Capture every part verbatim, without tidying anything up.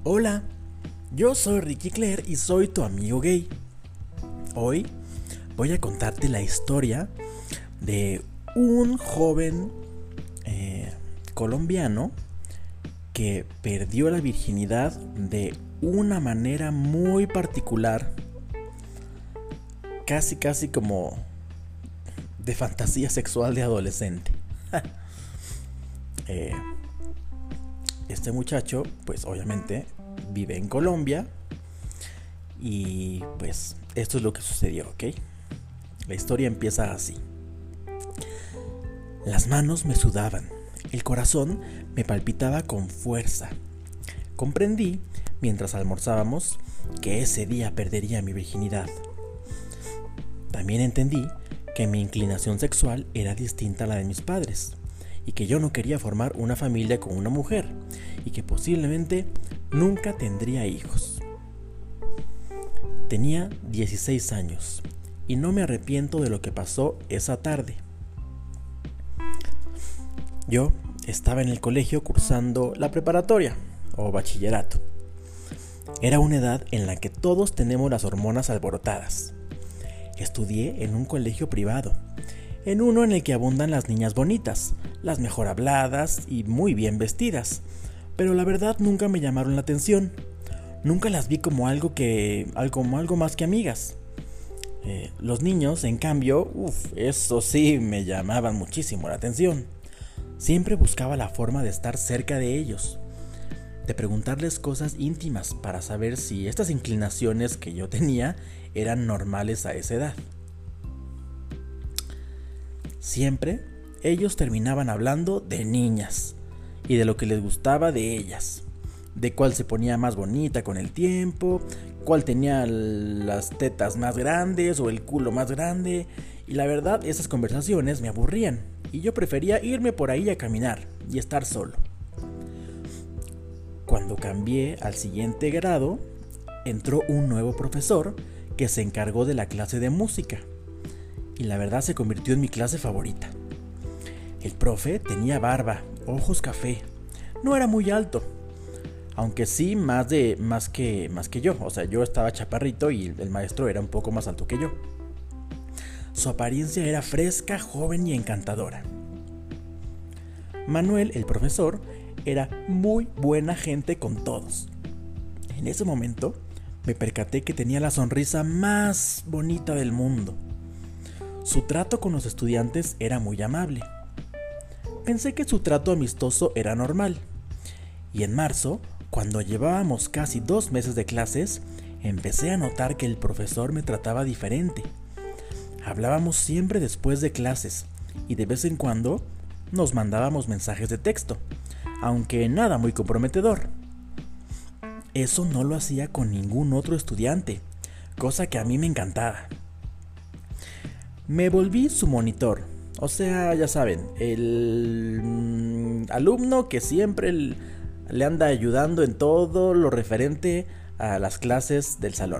Hola, yo soy Ricky Claire y soy tu amigo gay. Hoy voy a contarte la historia de un joven eh, colombiano que perdió la virginidad de una manera muy particular, casi casi como de fantasía sexual de adolescente. eh, este muchacho, pues obviamente vive en Colombia y pues esto es lo que sucedió, ¿ok? La historia empieza así. Las manos me sudaban, el corazón me palpitaba con fuerza. Comprendí, mientras almorzábamos, que ese día perdería mi virginidad. También entendí que mi inclinación sexual era distinta a la de mis padres y que yo no quería formar una familia con una mujer y que posiblemente nunca tendría hijos. Tenía dieciséis años y no me arrepiento de lo que pasó esa tarde. Yo estaba en el colegio cursando la preparatoria o bachillerato. Era una edad en la que todos tenemos las hormonas alborotadas. Estudié en un colegio privado, en uno en el que abundan las niñas bonitas, las mejor habladas y muy bien vestidas, pero la verdad nunca me llamaron la atención. Nunca las vi como algo que, como algo más que amigas. Eh, los niños, en cambio, uff, eso sí me llamaban muchísimo la atención. Siempre buscaba la forma de estar cerca de ellos, de preguntarles cosas íntimas para saber si estas inclinaciones que yo tenía eran normales a esa edad. Siempre ellos terminaban hablando de niñas y de lo que les gustaba de ellas, de cuál se ponía más bonita con el tiempo, cuál tenía las tetas más grandes o el culo más grande, y la verdad esas conversaciones me aburrían y yo prefería irme por ahí a caminar y estar solo. Cuando cambié al siguiente grado, entró un nuevo profesor que se encargó de la clase de música y la verdad se convirtió en mi clase favorita. El profe tenía barba, ojos café, no era muy alto, aunque sí más de más que más que yo, o sea, yo estaba chaparrito y el maestro era un poco más alto que yo. Su apariencia era fresca, joven y encantadora. Manuel, el profesor, era muy buena gente con todos. En ese momento me percaté que tenía la sonrisa más bonita del mundo. Su trato con los estudiantes era muy amable. Pensé que su trato amistoso era normal. Y en marzo, cuando llevábamos casi dos meses de clases, empecé a notar que el profesor me trataba diferente. Hablábamos siempre después de clases y de vez en cuando nos mandábamos mensajes de texto, aunque nada muy comprometedor. Eso no lo hacía con ningún otro estudiante, cosa que a mí me encantaba. Me volví su monitor, o sea, ya saben, el mm, alumno que siempre el, le anda ayudando en todo lo referente a las clases del salón.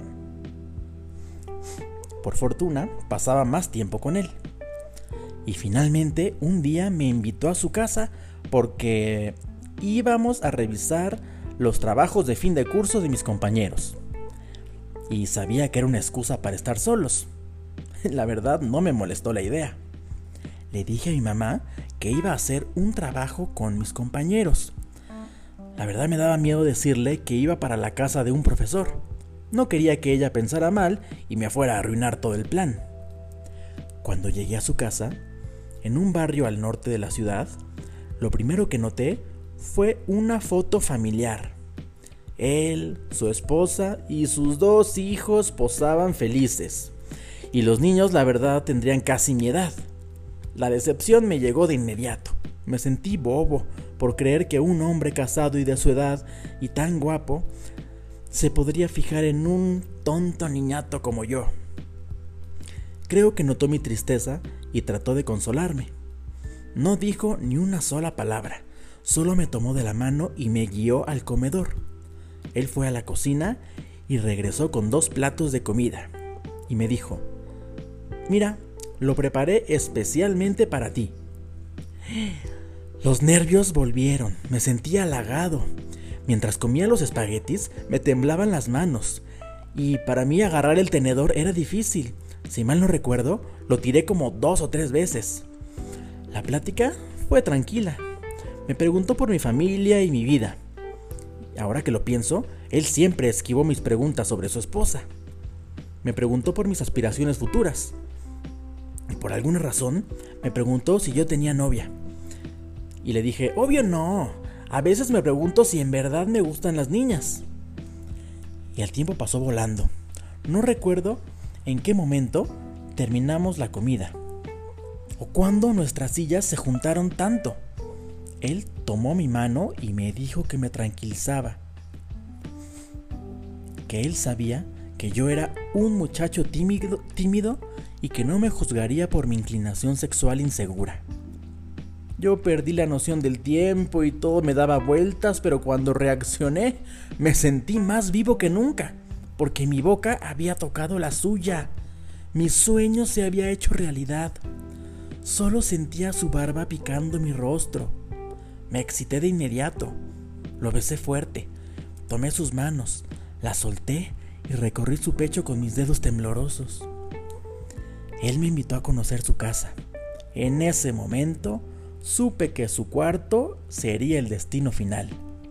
Por fortuna, pasaba más tiempo con él. Y finalmente, un día me invitó a su casa porque íbamos a revisar los trabajos de fin de curso de mis compañeros. Y sabía que era una excusa para estar solos. La verdad, no me molestó la idea. Le dije a mi mamá que iba a hacer un trabajo con mis compañeros. La verdad me daba miedo decirle que iba para la casa de un profesor. No quería que ella pensara mal y me fuera a arruinar todo el plan. Cuando llegué a su casa, en un barrio al norte de la ciudad, lo primero que noté fue una foto familiar. Él, su esposa y sus dos hijos posaban felices. Y los niños, la verdad, tendrían casi mi edad. La decepción me llegó de inmediato. Me sentí bobo por creer que un hombre casado y de su edad y tan guapo se podría fijar en un tonto niñato como yo. Creo que notó mi tristeza y trató de consolarme. No dijo ni una sola palabra, solo me tomó de la mano y me guió al comedor. Él fue a la cocina y regresó con dos platos de comida y me dijo: «Mira, lo preparé especialmente para ti». Los nervios volvieron, me sentí halagado. Mientras comía los espaguetis, me temblaban las manos, y para mí agarrar el tenedor era difícil. Si mal no recuerdo, lo tiré como dos o tres veces. La plática fue tranquila. Me preguntó por mi familia y mi vida. Ahora que lo pienso, él siempre esquivó mis preguntas sobre su esposa. Me preguntó por mis aspiraciones futuras. Y por alguna razón, me preguntó si yo tenía novia. Y le dije, obvio no. A veces me pregunto si en verdad me gustan las niñas. Y el tiempo pasó volando. No recuerdo en qué momento terminamos la comida o cuándo nuestras sillas se juntaron tanto. Él tomó mi mano y me dijo que me tranquilizaba, que él sabía que yo era un muchacho tímido, tímido y que no me juzgaría por mi inclinación sexual insegura. Yo perdí la noción del tiempo y todo me daba vueltas, pero cuando reaccioné me sentí más vivo que nunca, porque mi boca había tocado la suya. Mi sueño se había hecho realidad. Solo sentía su barba picando mi rostro. Me excité de inmediato. Lo besé fuerte. Tomé sus manos, las solté y recorrí su pecho con mis dedos temblorosos. Él me invitó a conocer su casa. En ese momento supe que su cuarto sería el destino final.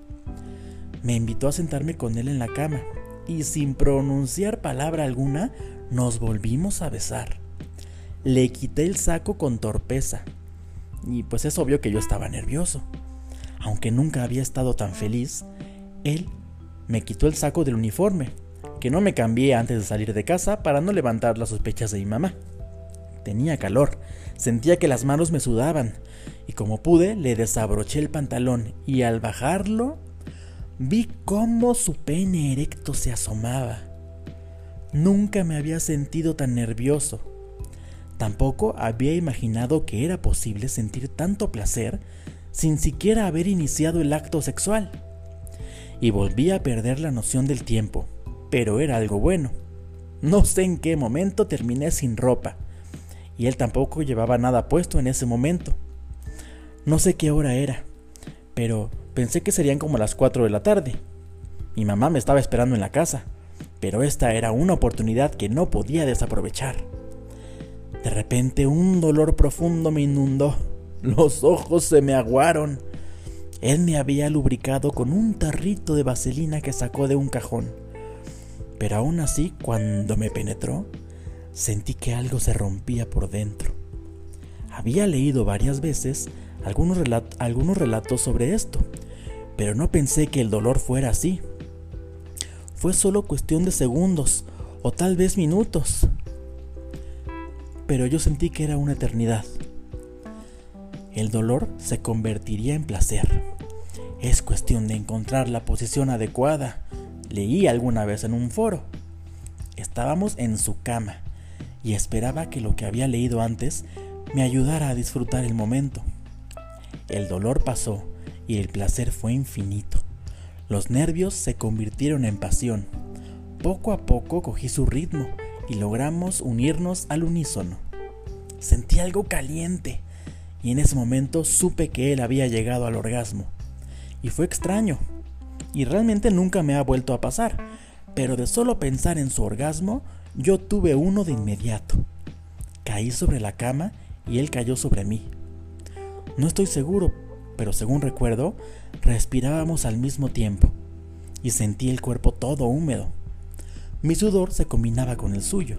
Me invitó a sentarme con él en la cama y sin pronunciar palabra alguna nos volvimos a besar. Le quité el saco con torpeza y pues es obvio que yo estaba nervioso. Aunque nunca había estado tan feliz, él me quitó el saco del uniforme, que no me cambié antes de salir de casa para no levantar las sospechas de mi mamá. Tenía calor, sentía que las manos me sudaban y como pude le desabroché el pantalón y al bajarlo vi cómo su pene erecto se asomaba. Nunca me había sentido tan nervioso. Tampoco había imaginado que era posible sentir tanto placer sin siquiera haber iniciado el acto sexual. Y volví a perder la noción del tiempo, pero era algo bueno. No sé en qué momento terminé sin ropa, y él tampoco llevaba nada puesto en ese momento. No sé qué hora era, pero pensé que serían como las cuatro de la tarde. Mi mamá me estaba esperando en la casa, pero esta era una oportunidad que no podía desaprovechar. De repente un dolor profundo me inundó. Los ojos se me aguaron. Él me había lubricado con un tarrito de vaselina que sacó de un cajón. Pero aún así, cuando me penetró, sentí que algo se rompía por dentro. Había leído varias veces algunos, relat- algunos relatos sobre esto, pero no pensé que el dolor fuera así. Fue solo cuestión de segundos, o tal vez minutos. Pero yo sentí que era una eternidad. El dolor se convertiría en placer. Es cuestión de encontrar la posición adecuada. Leí alguna vez en un foro. Estábamos en su cama y esperaba que lo que había leído antes me ayudara a disfrutar el momento. El dolor pasó y el placer fue infinito. Los nervios se convirtieron en pasión. Poco a poco cogí su ritmo y logramos unirnos al unísono. Sentí algo caliente y en ese momento supe que él había llegado al orgasmo. Y fue extraño, y realmente nunca me ha vuelto a pasar, pero de solo pensar en su orgasmo, yo tuve uno de inmediato. Caí sobre la cama y él cayó sobre mí. No estoy seguro, pero según recuerdo, respirábamos al mismo tiempo, y sentí el cuerpo todo húmedo. Mi sudor se combinaba con el suyo.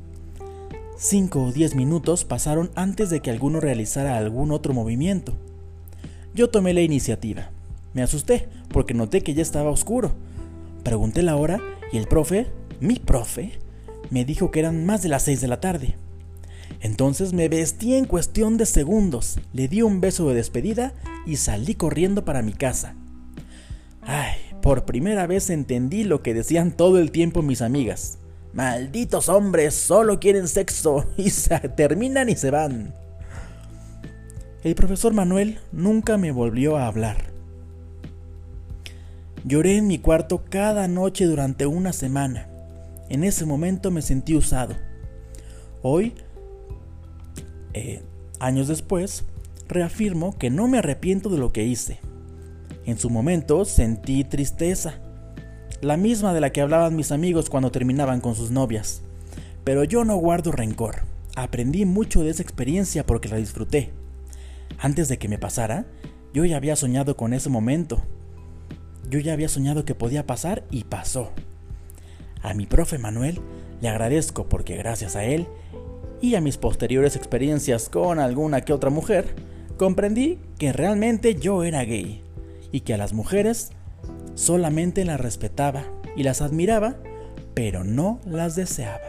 Cinco o diez minutos pasaron antes de que alguno realizara algún otro movimiento. Yo tomé la iniciativa. Me asusté porque noté que ya estaba oscuro. Pregunté la hora y el profe, mi profe, me dijo que eran más de las seis de la tarde. Entonces me vestí en cuestión de segundos, le di un beso de despedida y salí corriendo para mi casa. Ay, por primera vez entendí lo que decían todo el tiempo mis amigas. Malditos hombres, solo quieren sexo y se terminan y se van. El profesor Manuel nunca me volvió a hablar. Lloré en mi cuarto cada noche durante una semana. En ese momento me sentí usado. Hoy, eh, años después, reafirmo que no me arrepiento de lo que hice. En su momento sentí tristeza, la misma de la que hablaban mis amigos cuando terminaban con sus novias. Pero yo no guardo rencor. Aprendí mucho de esa experiencia porque la disfruté. Antes de que me pasara, yo ya había soñado con ese momento. Yo ya había soñado que podía pasar y pasó. A mi profe Manuel le agradezco porque gracias a él y a mis posteriores experiencias con alguna que otra mujer, comprendí que realmente yo era gay y que a las mujeres solamente las respetaba y las admiraba, pero no las deseaba.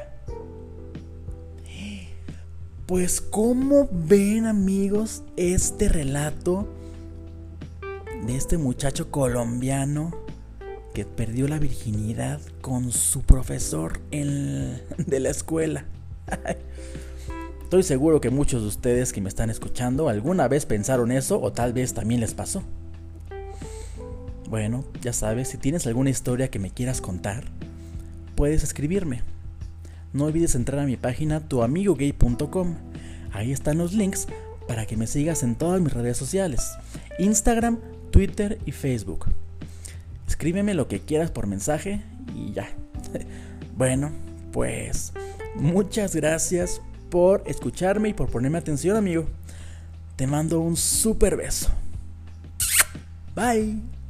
Pues ¿cómo ven, amigos, este relato de este muchacho colombiano que perdió la virginidad con su profesor en, de la escuela? Estoy seguro que muchos de ustedes que me están escuchando alguna vez pensaron eso o tal vez también les pasó. Bueno, ya sabes, si tienes alguna historia que me quieras contar, puedes escribirme. No olvides entrar a mi página tu amigo gay punto com. Ahí están los links para que me sigas en todas mis redes sociales: Instagram, Twitter y Facebook. Escríbeme lo que quieras por mensaje y ya. Bueno, pues muchas gracias por escucharme y por ponerme atención, amigo. Te mando un súper beso. Bye.